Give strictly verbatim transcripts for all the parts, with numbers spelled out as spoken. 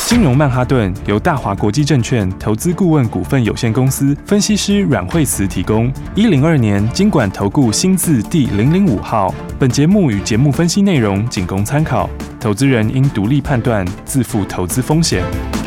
金融曼哈顿由大华国际证券投资顾问股份有限公司分析师阮惠慈提供。一零二年金管投顾新字第零零五号。本节目与节目分析内容仅供参考，投资人应独立判断，自负投资风险。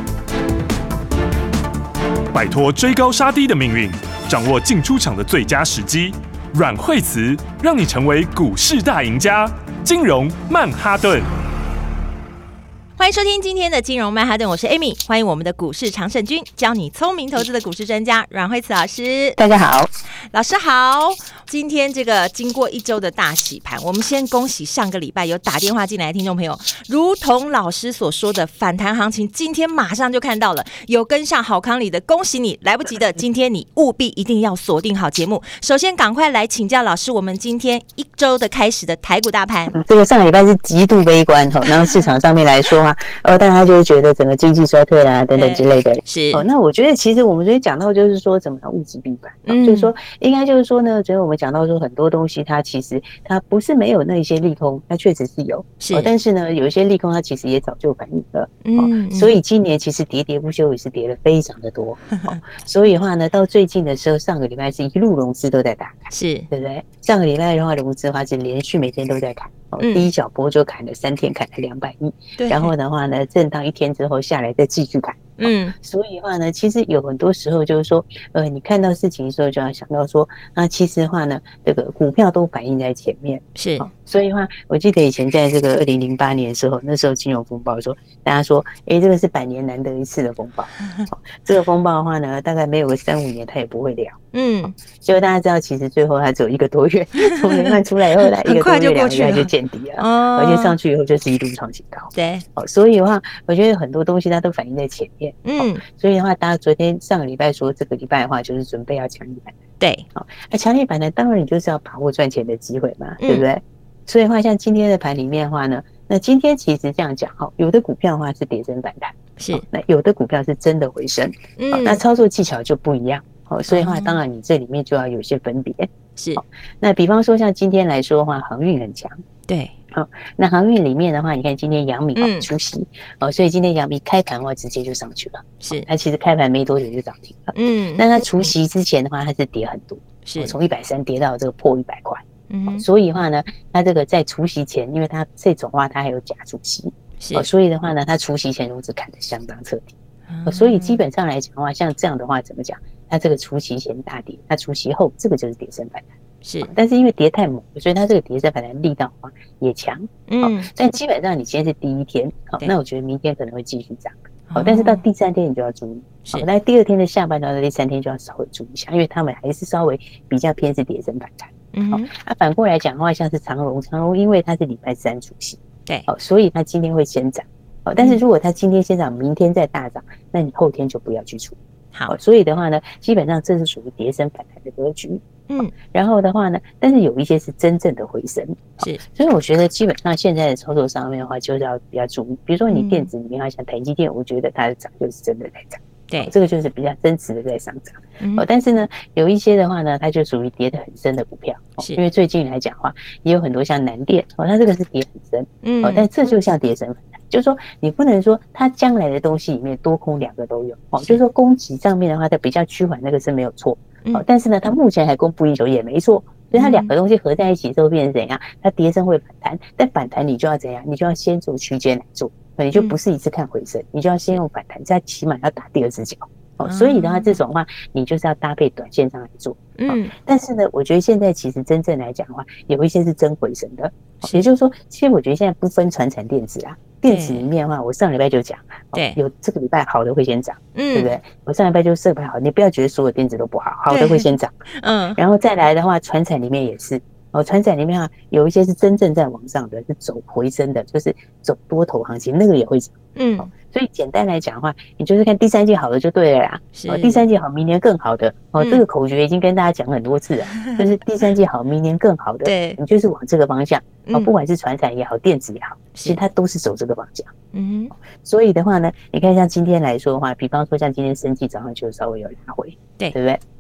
摆脱追高杀低的命运，掌握进出场的最佳时机。阮惠慈让你成为股市大赢家。金融曼哈顿。 欢迎收听今天的金融曼哈顿，我是 Amy， 欢迎我们的股市常胜军，教你聪明投资的股市专家阮惠慈老师。 大家好， 老师好。今天这个经过一周的大洗盘，我们先恭喜上个礼拜有打电话进来的听众朋友，如同老师所说的反弹行情，今天马上就看到了，有跟上好康里的，恭喜你！来不及的，今天你务必一定要锁定好节目。首先，赶快来请教老师，我们今天一周的开始的台股大盘， 嗯、这个上个礼拜是极度悲观哈，然后市场上面来说啊，呃，大家就会觉得整个经济衰退啊等等之类的。 是哦，那我觉得其实我们昨天讲到就是说怎么物极必反，嗯，就是说应该就是说呢，昨天我们讲到说很多东西它其实它不是没有那一些利空，它确实是有， 是， 哦，但是呢有一些利空它其实也早就反映了， 嗯， 哦，所以今年其实跌跌不休也是跌了非常的多，哦，所以的话呢，到最近的时候，上个礼拜是一路融资都在打开， 是， 对不对？上个礼拜的话，融资的话是连续每天都在砍。哦、 嗯、 第一小波就砍了三天，砍了两百亿，然后的话呢，震荡一天之后下来再继续砍。嗯、哦，所以的话呢，其实有很多时候就是说，呃，你看到事情的时候就要想到说，那其实的话呢，这个股票都反映在前面。 是， 哦，所以的话，我记得以前在这个二零零八年的时候，那时候金融风暴的时候，大家说，哎，这个是百年难得一次的风暴。哦，这个风暴的话呢，大概没有个三五年，它也不会了。嗯，哦，结果大家知道，其实最后它只有一个多月，从雷曼出来以后，来一个多月、两个月就见底了。哦，而且上去以后就是一路创新高。对，哦，所以的话，我觉得很多东西它都反映在前面。嗯，哦，所以的话，大家昨天上个礼拜说，这个礼拜的话就是准备要强力反弹。对，好，那强力反弹当然你就是要把握赚钱的机会嘛，嗯，对不对？所以的话，像今天的盘里面的话呢，那今天其实这样讲哈，有的股票的话是跌升反弹，是，那有的股票是真的回升，嗯，那操作技巧就不一样。哦，所以的话，当然你这里面就要有些分别。是，哦，那比方说像今天来说的话，航运很强。对，好，哦，那航运里面的话，你看今天阳明哦出席，嗯，哦，所以今天阳明开盘的话直接就上去了。是，它其实开盘没多久就涨停了。嗯，那它除息之前的话，它是跌很多，是从一百三跌到这个破一百块。嗯，哦，所以的话呢，它这个在除息前，因为它这种话它还有假除息，是，哦，所以的话呢，它除息前融资砍得相当彻底。哦，所以基本上来讲的话，像这样的话怎么讲？它这个除息前大跌，它除息后这个就是跌升反弹，是，哦，但是因为跌太猛，所以它这个跌升反弹力道的话也强，嗯，哦，但基本上你今天是第一天，好，哦，那我觉得明天可能会继续涨，好，哦，但是到第三天你就要注意，好，哦，那第二天的下半段到第三天就要稍微注意一下，因为他们还是稍微比较偏是跌升反弹，嗯，好，哦，那反过来讲的话，像是长荣，长荣因为它是礼拜三除息，对，好，哦，所以它今天会先涨，好，哦，但是如果它今天先涨，明天再大涨，那你后天就不要去出。好，所以的话呢，基本上这是属于跌升反弹的格局。嗯，然后的话呢，但是有一些是真正的回升，是，所以我觉得基本上现在的操作上面的话，就是要比较注意。比如说你电子里面，像台积电，我觉得它的涨就是真的在涨，对，这个就是比较真实的在上涨。嗯，哦，但是呢，有一些的话呢，它就属于跌得很深的股票，因为最近来讲的话，也有很多像南电，哦，它这个是跌很深，嗯，哦，但这就像跌升反弹。就是说，你不能说它将来的东西里面多空两个都有，哦，就是说供给上面的话，它比较趋缓，那个是没有错，哦，但是呢，它目前还供不应求也没错，所以它两个东西合在一起之后变成怎样？它跌升会反弹，但反弹你就要怎样？你就要先做区间来做，你就不是一次看回升，你就要先用反弹，再起码要打第二只脚。哦，所以的话，这种话你就是要搭配短线上来做，嗯，但是呢，我觉得现在其实真正来讲的话，有一些是真回升的，也就是说，其实我觉得现在不分传产电子啊，电子里面的话，我上礼拜就讲，对，有这个礼拜好的会先涨，嗯，对不对？我上礼拜就上礼拜好，你不要觉得所有电子都不好，好的会先涨，嗯，然后再来的话，传产里面也是。哦，传产里面啊，有一些是真正在往上的，是走回升的，就是走多头行情，那个也会涨。嗯，哦，所以简单来讲的话，你就是看第三季好的就对了啦。哦，第三季好，明年更好的。哦，嗯，这个口诀已经跟大家讲很多次了，就是第三季好，明年更好的。对，你就是往这个方向。哦，不管是传产也好，电子也好，其实它都是走这个方向。嗯哼，所以的话呢，你看像今天来说的话，比方说像今天生技早上就稍微有拉回，对，对不对？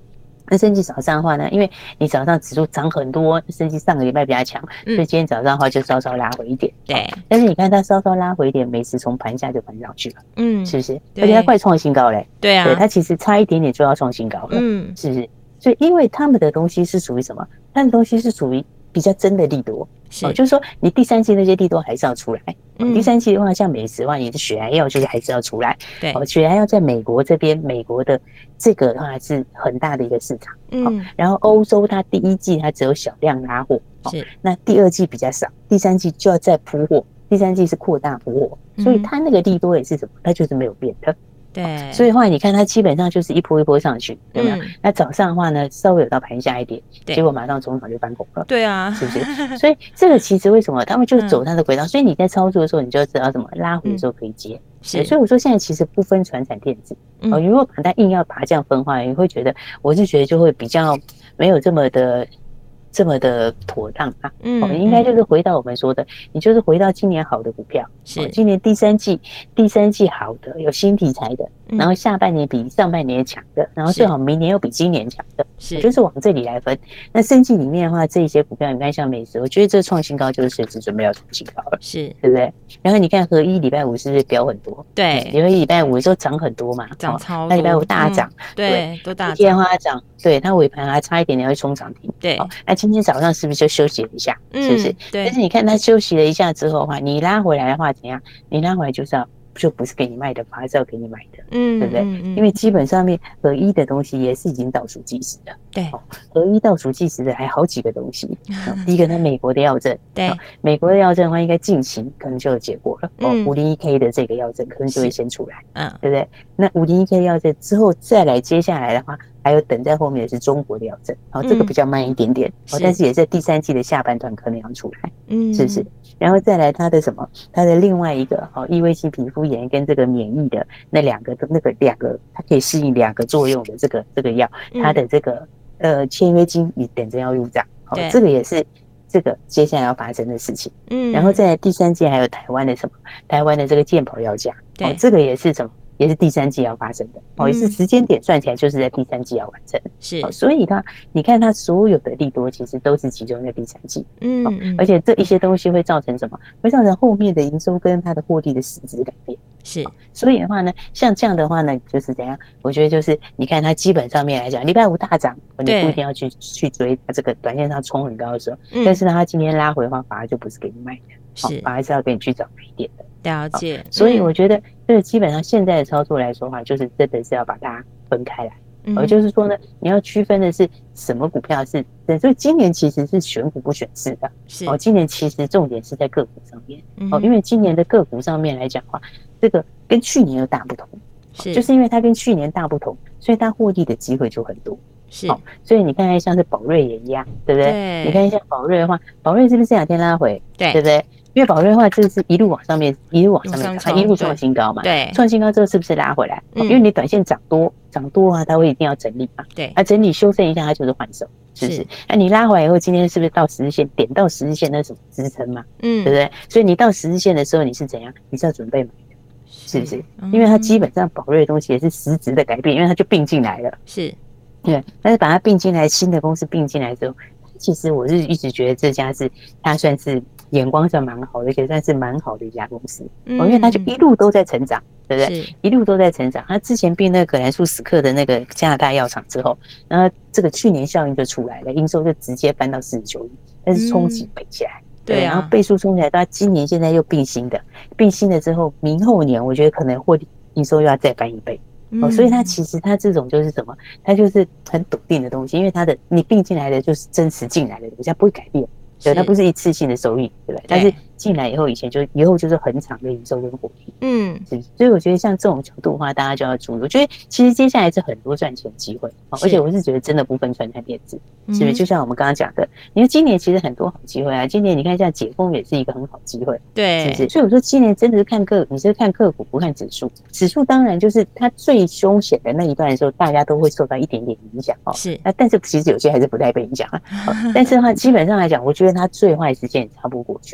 那生技早上的话呢，因为你早上指数涨很多，生技上个礼拜比较强，所以今天早上的话就稍稍拉回一点。 对、 哦，但是你看它稍稍拉回一点，美食从盘下就盘上去了， 嗯， 是不是？而且它快创新高嘞。 对啊， 对，它其实差一点点就要创新高了，嗯，是不是？所以因为他们的东西是属于什么？他们的东西是属于比较真的利多，是、哦，就是说你第三季那些利多还是要出来。嗯、第三季的话，像美食的话，你的血癌药就是还是要出来。对，哦，血癌药在美国这边，美国的这个的话是很大的一个市场。嗯、哦，然后欧洲它第一季它只有小量拉货，哦、是，那第二季比较少，第三季就要再铺货，第三季是扩大铺货，所以它那个利多也是什么？它就是没有变的。对，所以的话，你看它基本上就是一波一波上去，有没有？嗯、那早上的话呢，稍微有到盘下一点，结果马上中场就翻红了。 对啊， 是不是？所以这个其实为什么他们就走它的轨道？嗯、所以你在操作的时候，你就知道怎么拉回的时候可以接。嗯、是，所以我说现在其实不分传产电子，嗯、哦，如果把它硬要把它这样分化，你会觉得，我是觉得就会比较没有这么的。这么的妥当啊，嗯，哦，应该就是回到我们说的，你就是回到今年好的股票，是、哦、今年第三季，第三季好的有新题材的，嗯、然后下半年比上半年强的，然后最好明年又比今年强的，是，就是往这里来分。那生技里面的话，这一些股票，你看像美食，我觉得这创新高就是随时准备要创新高了，是，对不对？然后你看合一礼拜五是不是飙很多？对，因为礼拜五的时候涨很多嘛，涨超多，那礼拜五大涨，嗯、对，对都大涨，天花涨，对，它尾盘还差一点点要冲涨停，对，哦，那今天早上是不是就休息了一下？嗯、是不是？对。但是你看它休息了一下之后的话，你拉回来的话怎样？你拉回来就是要就不是给你卖的，还是要给你买的，嗯，对不对？嗯、因为基本上面合一的东西也是已经倒数计时的，对，哦，合一倒数计时的还好几个东西。哦、第一个，它美国的药证，对，哦，美国的药证的话，应该近期可能就有结果了。哦，五零一 K 的这个药证可能就会先出来，嗯，对不对？那五零一 K 药证之后再来，接下来的话。还有等在后面的是中国的药证，好、哦，这个比较慢一点点，嗯、哦，但是也在第三季的下半段可能要出来，嗯，是不是？然后再来它的什么？它的另外一个哦，异位性皮肤炎跟这个免疫的那两个那个两个，它可以适应两个作用的这个这个药，它的这个呃签约金你等着要入账，好、哦，这个也是这个接下来要发生的事情，嗯，然后再来第三季还有台湾的什么？台湾的这个健保药价，哦，这个也是什么？也是第三季要发生的，哦，也是时间点算起来就是在第三季要完成，是、哦，所以它，你看它所有的利多其实都是集中在第三季，嗯、哦，而且这一些东西会造成什么？会造成后面的营收跟它的获利的实质改变，是，所以的话呢，像这样的话呢，就是怎样？我觉得就是你看它基本上面来讲，礼拜五大涨，你不一定要去去追它这个短线上冲很高的时候，嗯、但是呢，它今天拉回的话，反而就不是给你卖的，是，哦、反而是要给你去找买点的。 了解，哦， 所以我觉得这个基本上现在的操作来说的话，就是真的是要把它分开来，嗯，而就是说呢，你要区分的是什么股票是，所以今年其实是选股不选市的，是哦，今年其实重点是在个股上面，嗯，哦，因为今年的个股上面来讲的话，这个跟去年又大不同，是，哦，就是因为它跟去年大不同，所以它获利的机会就很多。是，哦，所以你看看像是宝瑞也一样，对不对？对，你看一下宝瑞的话，宝瑞是不是这两天拉回？对，对不对？因为宝瑞的话，这是一路往上面，一路往上面，它一路创新高嘛。对，创新高之后是不是拉回来？嗯，因为你短线涨多，涨多的话，它会一定要整理嘛。对，它整理修正一下，它就是换手，是不是？那你拉回来以后，今天是不是到十日线？点到十日线，那是什么支撑嘛？嗯，对不对？所以你到十日线的时候，你是怎样？你是要准备买的，是不是？因为它基本上宝瑞的东西也是实质的改变，因为它就并进来了。是，对，但是把它并进来，新的公司并进来之后，其实我是一直觉得这家是它算是。眼光上蛮好的，而且算是蛮好的一家公司，嗯，因为它就一路都在成长，对不对？一路都在成长。它之前并那个葛兰素史克的那个加拿大药厂之后，然后这个去年效应就出来了，营收就直接翻到四十九亿，但是冲击倍起来，嗯，对，对啊，然后倍数冲起来，到今年现在又并新的，并新的之后，明后年我觉得可能获利营收又要再翻一倍。哦，所以它其实它这种就是什么？它就是很笃定的东西，因为它的你并进来的就是真实进来的东西，它不会改变。对，它不是一次性的收益，对不对？但是进来以后，以前就以后就是很长的营收跟获利，嗯，所以我觉得像这种角度的话，大家就要注意。我觉得其实接下来是很多赚钱机会，哦，而且我是觉得真的不分传产电子，是不是？就像我们刚刚讲的，你看今年其实很多好机会啊，今年你看像解封也是一个很好机会，对，是不是？所以我说今年真的是看个，你是看个股不看指数，指数当然就是它最凶险的那一段的时候，大家都会受到一点点影响哦，是。那但是其实有些还是不太被影响啊，但是的话基本上来讲，我觉得它最坏时间也差不多过去，对，所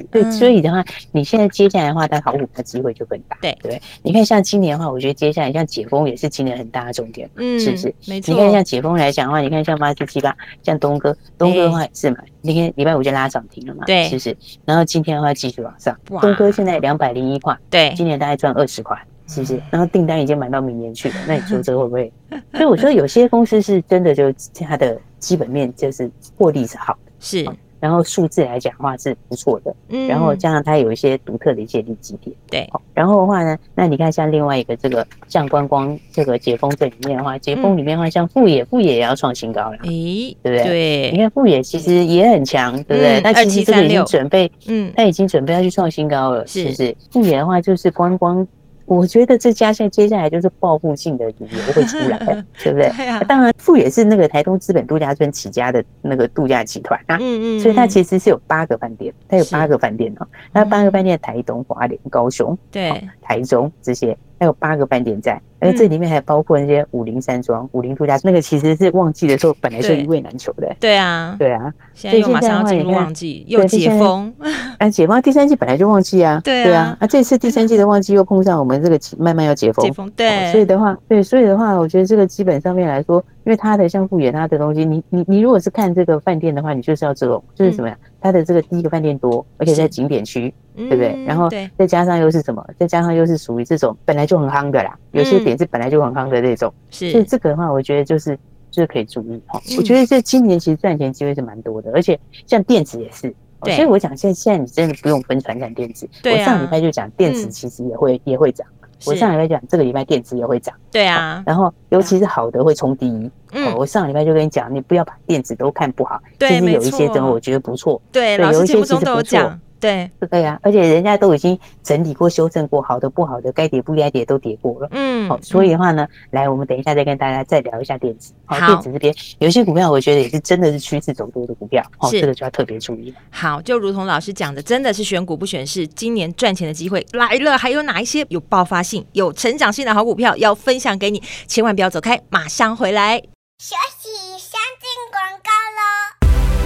以的话，你现在接下来的话，它好股票机会就更大， 对对不对？你看像今年的话，我觉得接下来像解封也是今年很大的重点，嗯，是不是？ 没错。 你看像解封来讲的话，你看像八四七八，像东哥，东哥的话也是嘛，那天礼拜五就拉涨停了嘛，对，是不是？然后今天的话继续往上，东哥现在两百零一块，对，今年大概赚二十块。是不是？然后订单已经买到明年去了，那你说这个会不会？所以我说有些公司是真的，就它的基本面就是获利是好的，是，然后数字来讲的话是不错的，嗯，然后加上它有一些独特的一些利基点，对，然后的话呢，那你看像另外一个这个像观光这个解封这里面的话，解封里面的话，像富野，富野也要创新高了，诶，对不对？对，你看富野其实也很强，对不对？那其实这个已经准备，嗯，它已经准备要去创新高了，是不是？富野的话就是观光。我觉得这家现在接下来就是报复性的旅游会出来，对不对？对啊、当然，富也是那个台东资本度假村起家的那个度假集团啊，嗯嗯，所以它其实是有八个饭店，它有八个饭店哦，它八个饭店台东、花莲、高雄、对、哦、台中这些，还有八个饭店在，而这里面还包括那些武陵山庄、武陵度假村，那个其实是旺季的时候本来就一位难求的，对啊，对啊， 现在又马上要进入旺季，又解封， 啊，解封第三季本来就旺季啊，对啊，啊，这次第三季的旺季又碰上我们。这个慢慢要解封，解封对、哦，所以的话，对，所以的话，我觉得这个基本上面来说，因为它的像富野它的东西，你你你如果是看这个饭店的话，你就是要这种，就是什么呀？它的这个第一个饭店多，而且在景点区，对不对？然后再加上又是什么？再加上又是属于这种本来就很夯的啦，有些点是本来就很夯的那种，是、嗯，所以这个的话，我觉得就是就是可以注意哈。我觉得这今年其实赚钱机会是蛮多的，而且像电子也是。所以我讲现在现在你真的不用分传产电子，我上礼拜就讲电子其实也会、嗯、也会涨，我上礼拜讲这个礼拜电子也会涨，对啊，然后尤其是好的会冲第一，嗯、哦，我上礼拜就跟你讲，你不要把电子都看不好，对，其实有一些真的我觉得不错， 对， 对，有一些其实不错。 对对啊，而且人家都已经整理过、修正过，好的不好的，该跌不该跌都跌过了。嗯，好、哦，所以的话呢，来，我们等一下再跟大家再聊一下电子。好，好电子这边有一些股票，我觉得也是真的是趋势走多的股票，好、哦，这个就要特别注意。 好，就如同老师讲的，真的是选股不选市，今年赚钱的机会来了。还有哪一些有爆发性、有成长性的好股票要分享给你？千万不要走开，马上回来。休息，先进广告喽。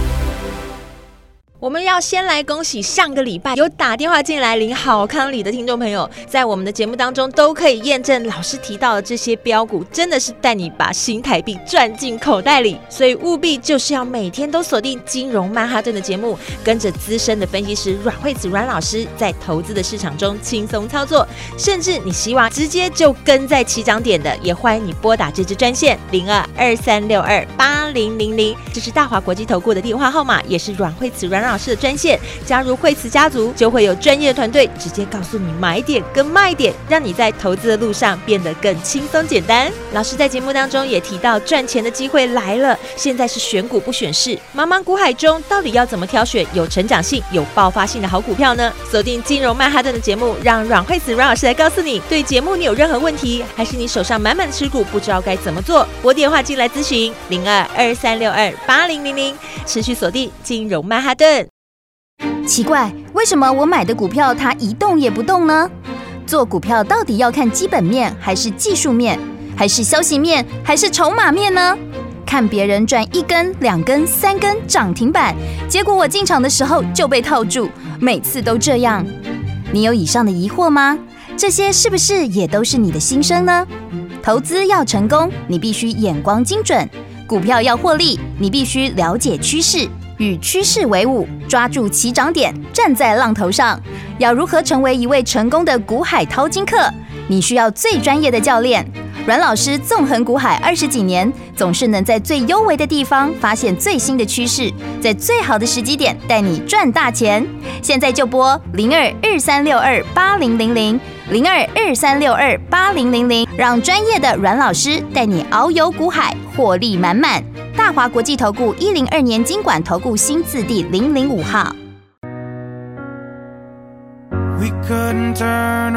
我们要先来恭喜上个礼拜有打电话进来领好康礼的听众朋友，在我们的节目当中都可以验证老师提到的这些标股真的是带你把新台币赚进口袋里，所以务必就是要每天都锁定金融曼哈顿的节目，跟着资深的分析师阮惠子阮老师在投资的市场中轻松操作，甚至你希望直接就跟在起涨点的，也欢迎你拨打这支专线零二二三六二八零零零，这是大华国际投顾的电话号码，也是阮惠子阮老师的专线。加入惠慈家族，就会有专业的团队直接告诉你买点跟卖点，让你在投资的路上变得更轻松简单。老师在节目当中也提到，赚钱的机会来了，现在是选股不选市，茫茫股海中到底要怎么挑选有成长性、有爆发性的好股票呢？锁定金融曼哈顿的节目，让阮惠子阮老师来告诉你。对节目你有任何问题，还是你手上满满的持股不知道该怎么做，拨电话进来咨询零二二三六二八零零零，持续锁定金融曼哈顿。 奇怪，为什么我买的股票它一动也不动呢？做股票到底要看基本面，还是技术面，还是消息面，还是筹码面呢？看别人赚一根、两根、三根涨停板，结果我进场的时候就被套住，每次都这样。你有以上的疑惑吗？这些是不是也都是你的心声呢？投资要成功，你必须眼光精准；股票要获利，你必须了解趋势。与趋势为伍，抓住起涨点，站在浪头上。要如何成为一位成功的股海淘金客？你需要最专业的教练。阮老师纵横股海二十几年，总是能在最优微的地方发现最新的趋势，在最好的时机点带你赚大钱。现在就拨零二二三六二八零零零零二二三六二八零零零，让专业的阮老师带你遨游股海，获利满满。大华国际投顾一零二年金管投顾新字第零零五号。We couldn't turn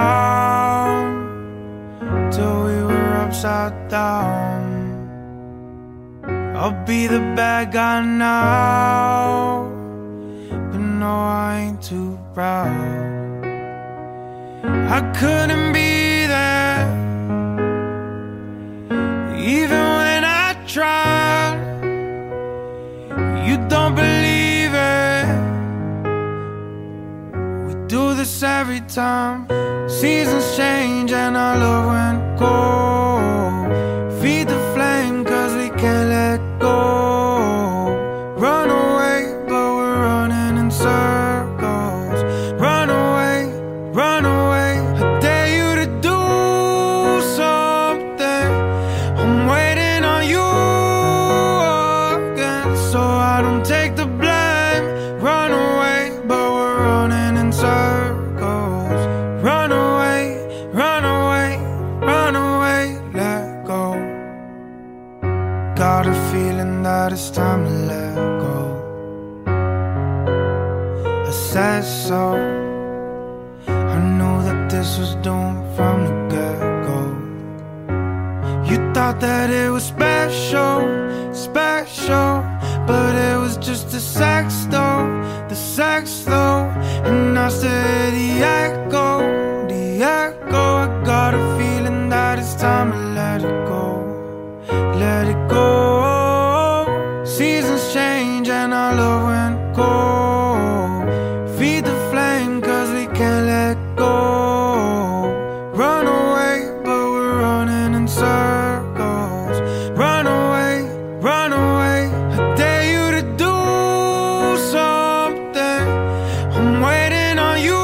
around till we were upside down. I'll be the bad guy now, but no, I ain't too proud. I couldn't be there, even when I tried. You don't believe it, time. Seasons change and our love went cold. Feed the flame cause we can't let go. Run away but we're running in circles. Run away, run away. I dare you to do something. I'm waiting on you again, so I don't take the blame. Run away but we're running in circles. Run away, run away, run away, let go. Got a feeling that it's time to let go. I said so. I knew that this was doomed from the get-go. You thought that it was special, special, but it was just the sex though, the sex though. And I said the echo, the echo. I got a feeling that it's time to let it go, let it go. Seasons change and our love went cold. Feed the flame cause we can't let go. Run away but we're running in circles. Run away, run away. I dare you to do something. I'm waiting on you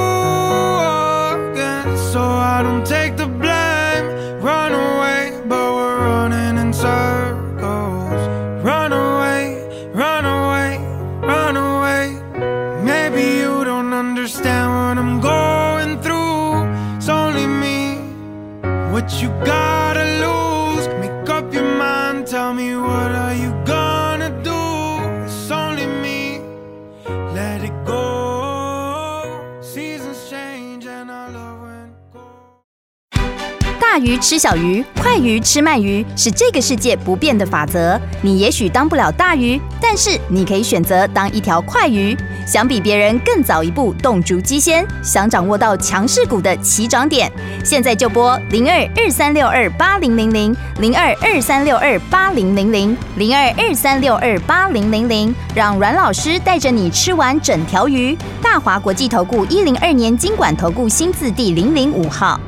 again, so I don't take the blame. Run away but we're running in circles. Run away, run away, run away. Maybe you don't understand what I'm going through. It's only me. What you gotta lose? Make up your mind, tell me what are you gonna do? It's only me. Let it go. Seasons change and our love went cold. 大鱼吃小鱼，快鱼吃慢鱼，是这个世界不变的法则。你也许当不了大鱼，但是你可以选择当一条快鱼。想比别人更早一步动足机先，想掌握到强势股的起涨点，现在就拨零二二三六二八零零零零二二三六二八零零零零二二三六二八零零零，让阮老师带着你吃完整条鱼。大华国际投顾一零二年金管投顾新字第零零五号。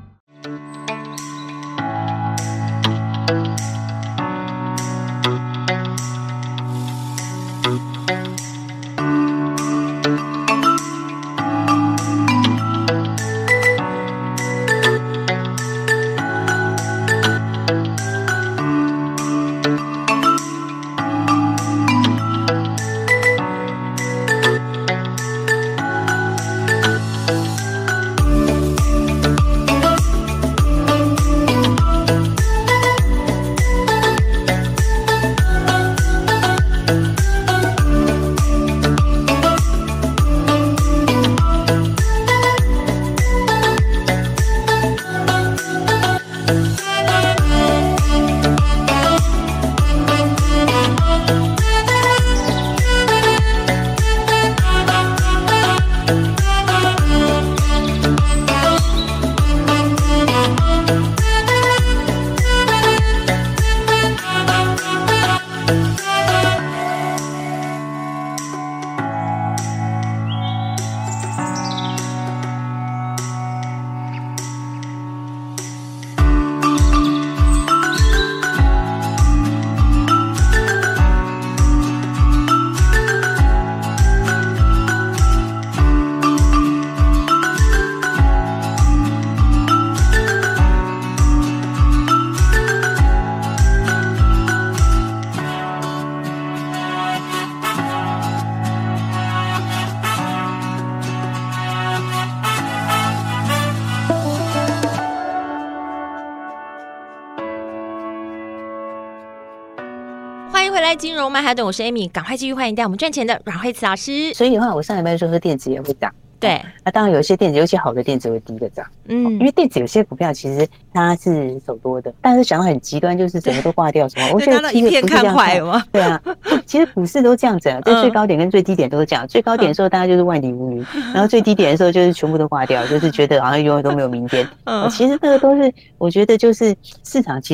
欢迎回来，金融曼哈顿，我是 Amy， 赶快继续欢迎带我们赚钱的阮慧慈老师。 所以的话，我上礼拜说说电子也会涨， 对， 那当然有些电子，尤其好的电子会第一个涨，嗯，因为电子有些股票其实它是走多的，但是想到很极端，就是整个都挂掉什么，我觉得其实不是这样看，对啊，其实股市都这样子啊，在最高点跟最低点都是这样，最高点的时候大家就是万里无云，然后最低点的时候就是全部都挂掉，就是觉得好像永远都没有明天。其实这个都是我觉得就是市场其实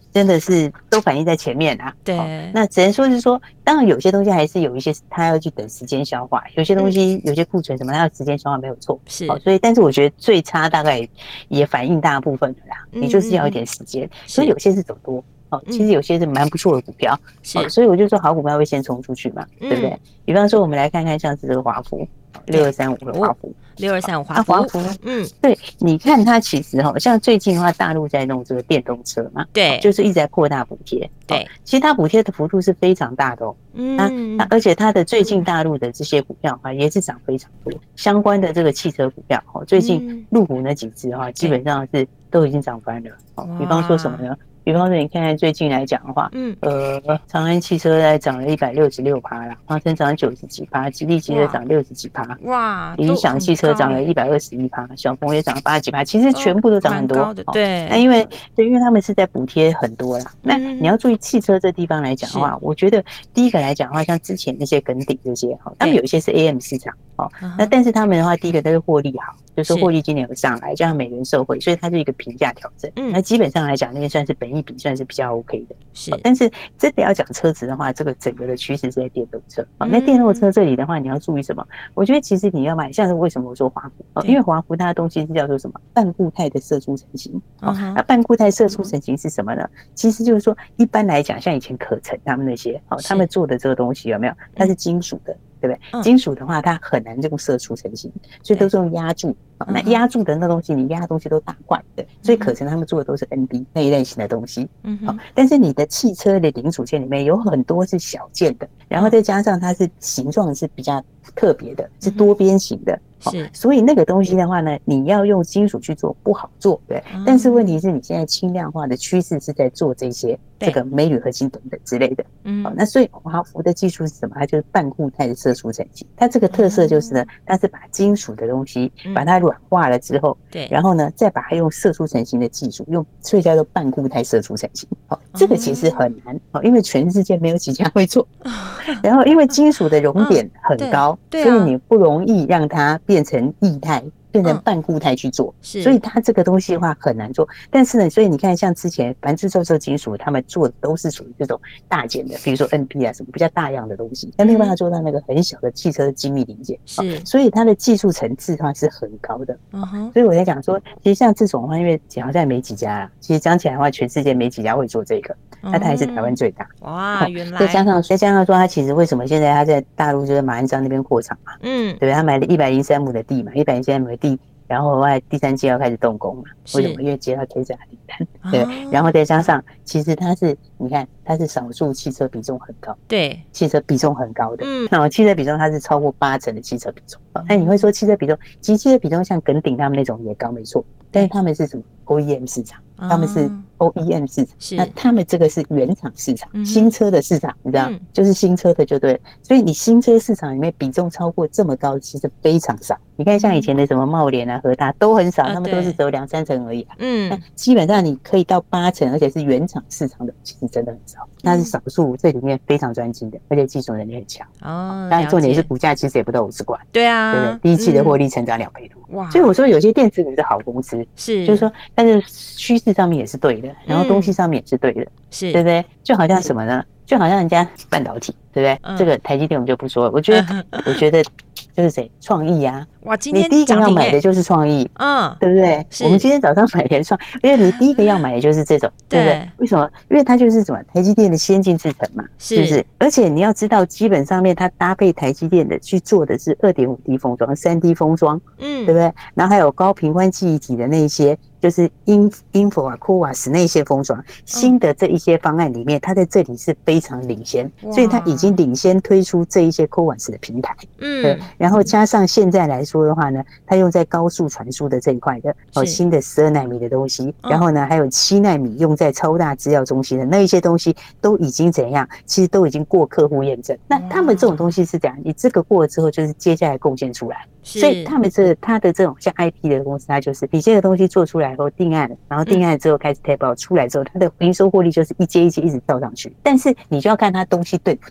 真的是都反映在前面啊。 对， 哦、那只能说是说，当然有些东西还是有一些它要去等时间消化，有些东西、嗯、有些库存什么它要时间消化没有错， 是、 哦。所以，但是我觉得最差大概也反映大部分的啦，嗯、你就是要一点时间，所以有些是走多。哦，其实有些是蛮不错的股票，嗯哦，所以我就说好股票会先冲出去嘛，嗯、对不对？比方说，我们来看看像是这个华孚六二三五的华孚， 六二三五华孚， 华孚，嗯，对，你看它其实哈，像最近的话，大陆在弄这个电动车嘛， 对， 就是一直在扩大补贴， 对， 哦，其实它补贴的幅度是非常大的哦，嗯，那而且它的最近大陆的这些股票的话，也是涨非常多，相关的这个汽车股票，哦，最近入股那几只哈，基本上是都已经涨翻了，哦，比方说什么呢？比方说，你看看最近来讲的话，嗯，呃，长安汽车在涨了一百六十六趴啦，华晨涨九十几趴，吉利汽车涨六十几趴，哇，理想汽车涨了一百二十一趴，小鹏也涨了八十几趴，其实全部都涨很多， 哦哦、对。 那因为对，因为他们是在补贴很多啦。那你要注意汽车这地方来讲的话，我觉得第一个来讲的话，像之前那些耿鼎这些哈，他们有一些是 A M 市场哦，那但是他们的话，第一个都是获利好，就是获利今年有上来，加上美元受惠，所以它是一个平价调整。嗯，那基本上来讲，那个算是本益比算是比较 OK 的。是，但是真的要讲车子的话，这个整个的趋势是在电动车。哦，那电动车这里的话，你要注意什么？我觉得其实你要买，像是为什么我说华孚哦，因为华孚它的东西是叫做什么半固态的射出成型。哦，那半固态射出成型是什么呢？其实就是说，一般来讲，像以前可成他们那些，哦，他们做的这个东西有没有？它是金属的。对不对？嗯、金属的话，它很难这种射出成型，所以都是用压铸。那压铸的那东西，你压的东西都大块的，所以可成他们做的都是 N B 那一类型的东西。嗯，好，但是你的汽车的零组件里面有很多是小件的，然后再加上它是形状是比较特别的，是多边形的。是，所以那个东西的话呢，你要用金属去做不好做，对。嗯、但是问题是你现在轻量化的趋势是在做这些这个镁铝合金等等之类的。嗯，好，那所以华孚的技术是什么？它就是半固态的射出成型。它这个特色就是呢，它是把金属的东西把它软化了之后，对，然后呢再把它用射出成型的技术用，所以叫做半固态射出成型。好，这个其实很难，好，因为全世界没有几家会做。然后因为金属的熔点很高，所以你不容易让它变成液态，变成半固态去做，嗯、所以它这个东西的话很难做。但是呢，所以你看，像之前凡制造这金属，他们做的都是属于这种大件的，比如说 N P 啊什么比较大样的东西，但没有办法做到那个很小的汽车的精密零件。是、哦，所以它的技术层次的话是很高的。嗯哼，所以我在讲说，其实像这种的话，因为好像没几家啦，其实讲起来的话，全世界没几家会做这个。那它还是台湾最大。哇，原来再加上再加上说，它其实为什么现在它在大陆就是马鞍山那边扩厂嘛？嗯，对，他买了一百零三亩的地嘛，一百零三亩的地，然后外第三季要开始动工嘛？为什么？因为接到 Tesla 订单，对，然后再加上其实它是你看它是少数汽车比重很高，对，汽车比重很高的，嗯，那汽车比重它是超过八成的汽车比重。那你会说汽车比重，其实汽车比重像耿鼎他们那种也高没错，但是他们是什么 O E M 市场？他们是 O E M 市场，那他们这个是原厂市场，新车的市场，你知道，就是新车的就对了。所以你新车市场里面比重超过这么高，其实非常少。你看像以前的什么茂联啊、和大都很少，他们都是只有两三成而已啊。嗯，那基本上你可以到八成，而且是原厂市场的，其实真的很少。那是少数，这里面非常专精的，而且技术能力很强。哦，当然重点是股价其实也不到五十块。对啊，对不对？第一季的获利成长两倍多。哇，所以我说有些电子股是好公司，是，就是说，但是趋势上面也是对的，然后东西上面也是对的，是，对不对？就好像什么呢？就好像人家半导体，对不对？嗯、这个台积电我们就不说了。我觉得，我觉得就是谁创意啊？哇，今天你第一个要买的就是创意，嗯，对不对？我们今天早上买的创，因为你第一个要买的就是这种，对不对？为什么？因为它就是什么？台积电的先进制程嘛，是不是？而且你要知道，基本上面它搭配台积电的去做的是 二点五 D 封装、三 D 封装，嗯，对不对？然后还有高频宽记忆体的那些。就是英英佛啊、库瓦斯那些封装，新的这一些方案里面，它在这里是非常领先，所以它已经领先推出这一些库瓦斯的平台。嗯，对。然后加上现在来说的话呢，它用在高速传输的这一块的哦，新的十二奈米的东西，然后呢还有七奈米用在超大资料中心的那一些东西，都已经怎样？其实都已经过客户验证。那他们这种东西是怎样？你这个过了之后，就是接下来贡献出来。所以他们这他的这种像 I P 的公司，它就是你这个东西做出来后定案了，然后定案之后开始 tape out 出来之后，它的营收获利就是一阶一阶一直跳上去。但是你就要看它东西对不对，对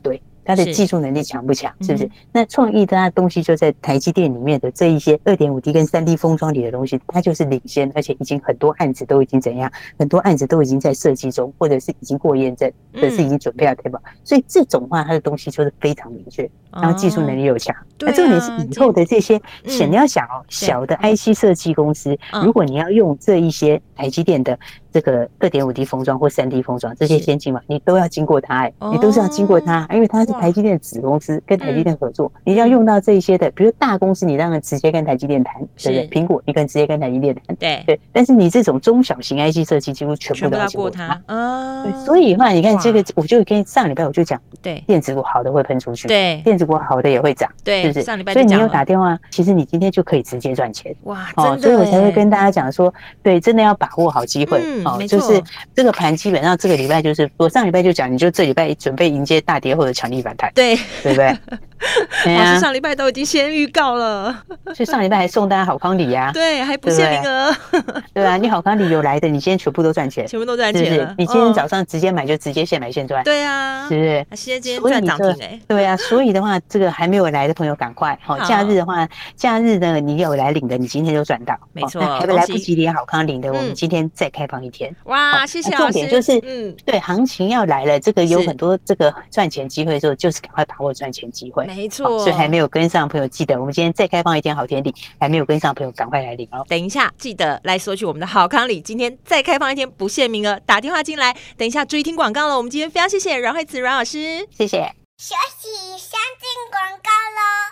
它的技术能力强不强，是不是？那创意它的东西就在台积电里面的这一些 二点五 D 跟 三 D 封装里的东西，它就是领先，而且已经很多案子都已经怎样，很多案子都已经在设计中，或者是已经过验证，或者是已经准备要推广。所以这种话，它的东西就是非常明确，然后技术能力又强。那重点是以后的这些，你要想哦，小的 I C 设计公司，如果你要用这一些台积电的这个 二点五 D 封装或 三 D 封装这些先进嘛，你都要经过它、欸，你都是要经过它，因为它是台积电的子公司，跟台积电合作，你要用到这一些的，比如大公司，你当然直接跟台积电谈，对不对？苹果你可能直接跟台积电谈， 对对。但是你这种中小型 I C 设计，几乎全部都要经过它。啊，对，所以的话，你看这个，我就跟上礼拜我就讲，对，电子股好的会喷出去，对，电子股好的也会涨，对，是不是？上礼拜所以你有打电话，其实你今天就可以直接赚钱，哇，真的，所以我才会跟大家讲说，对，真的要把握好机会，哦，就是这个盘基本上这个礼拜就是我上礼拜就讲，你就这礼拜准备迎接大跌或者强力反弹，对，对不对？ 老师上礼拜都已经先预告了， 所以上礼拜还送大家好康礼呀， 对，还不限名额， 对啊，你好康礼有来的，你今天全部都赚钱， 全部都赚钱了， 你今天早上直接买就直接现买现赚， 对啊， 是不是？ 现在今天赚涨停哎， 对啊，所以的话，这个还没有来的朋友赶快，好，假日的话，假日呢你有来领的，你今天就赚到，没错，还来不及领好康领的，我们今天再开放一天，哇，谢谢老师。重点就是，嗯，对，行情要来了，这个有很多这个赚钱机会的时候，就是赶快把握赚钱机会，没错。所以还没有跟上的朋友，记得我们今天再开放一天好天礼，还没有跟上的朋友赶快来领哦。 等一下记得来索取我们的好康礼，今天再开放一天不限名额，打电话进来。等一下注意听广告了，我们今天非常谢谢阮慧慈阮老师， 谢谢。 休息先进广告咯。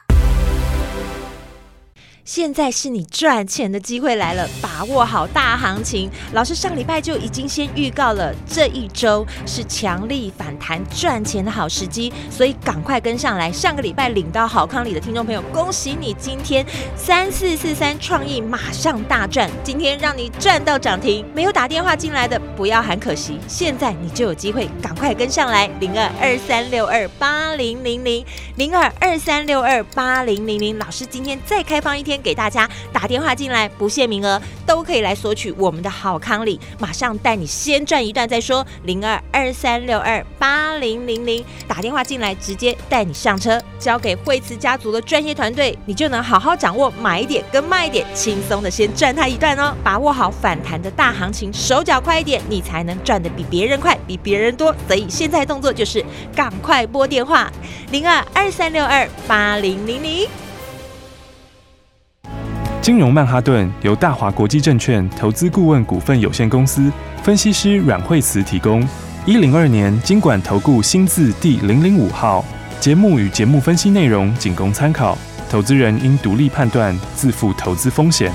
现在是你赚钱的机会来了，把握好大行情。老师上礼拜就已经先预告了，这一周是强力反弹赚钱的好时机，所以赶快跟上来。上个礼拜领到好康礼的听众朋友，恭喜你，今天三四四三创意马上大赚，今天让你赚到涨停。没有打电话进来的不要喊可惜，现在你就有机会，赶快跟上来，零二二三六二八零零零零二二三六二八零零零。老师今天再开放一天。给大家打电话进来，不限名额，都可以来索取我们的好康礼，马上带你先赚一段再说。零二二三六二八零零零，打电话进来，直接带你上车，交给惠慈家族的专业团队，你就能好好掌握买点跟卖点，轻松的先赚它一段哦。把握好反弹的大行情，手脚快一点，你才能赚得比别人快，比别人多。所以现在动作就是赶快拨电话零二二三六二八零零零。 金融曼哈顿由大华国际证券投资顾问股份有限公司分析师阮慧慈提供。一零二年金管投顾新字第零零五号。节目与节目分析内容仅供参考，投资人应独立判断，自负投资风险。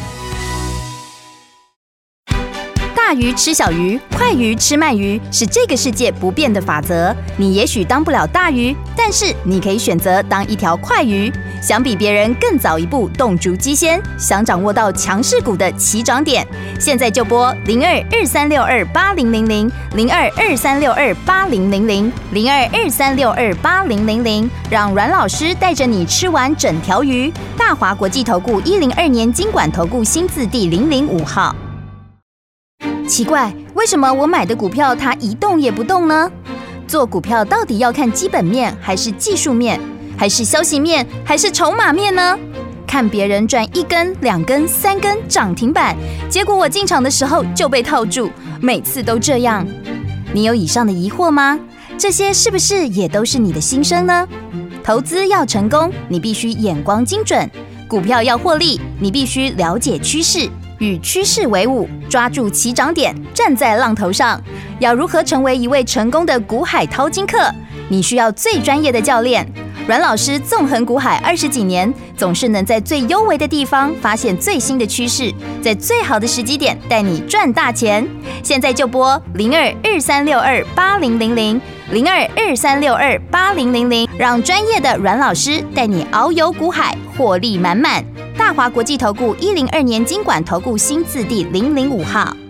大鱼吃小鱼，快鱼吃慢鱼，是这个世界不变的法则。你也许当不了大鱼，但是你可以选择当一条快鱼。想比别人更早一步动足机先，想掌握到强势股的起涨点，现在就拨零二二三六二八零零零零二二三六二八零零零零二二三六二八零零零，让阮老师带着你吃完整条鱼。大华国际投顾一零二年金管投顾新字第零零五号。奇怪，为什么我买的股票它一动也不动呢？做股票到底要看基本面还是技术面，还是消息面，还是筹码面呢？看别人赚一根、两根、三根涨停板，结果我进场的时候就被套住，每次都这样。你有以上的疑惑吗？这些是不是也都是你的心声呢？投资要成功，你必须眼光精准；股票要获利，你必须了解趋势。与趋势为伍，抓住起涨点，站在浪头上。要如何成为一位成功的股海淘金客？你需要最专业的教练。阮老师纵横股海二十几年，总是能在最优微的地方发现最新的趋势，在最好的时机点带你赚大钱。现在就拨零二二三六二八零零零零二二三六二八零零零，让专业的阮老师带你遨游股海，获利满满。大华国际投顾一零二年金管投顾新字第零零五号。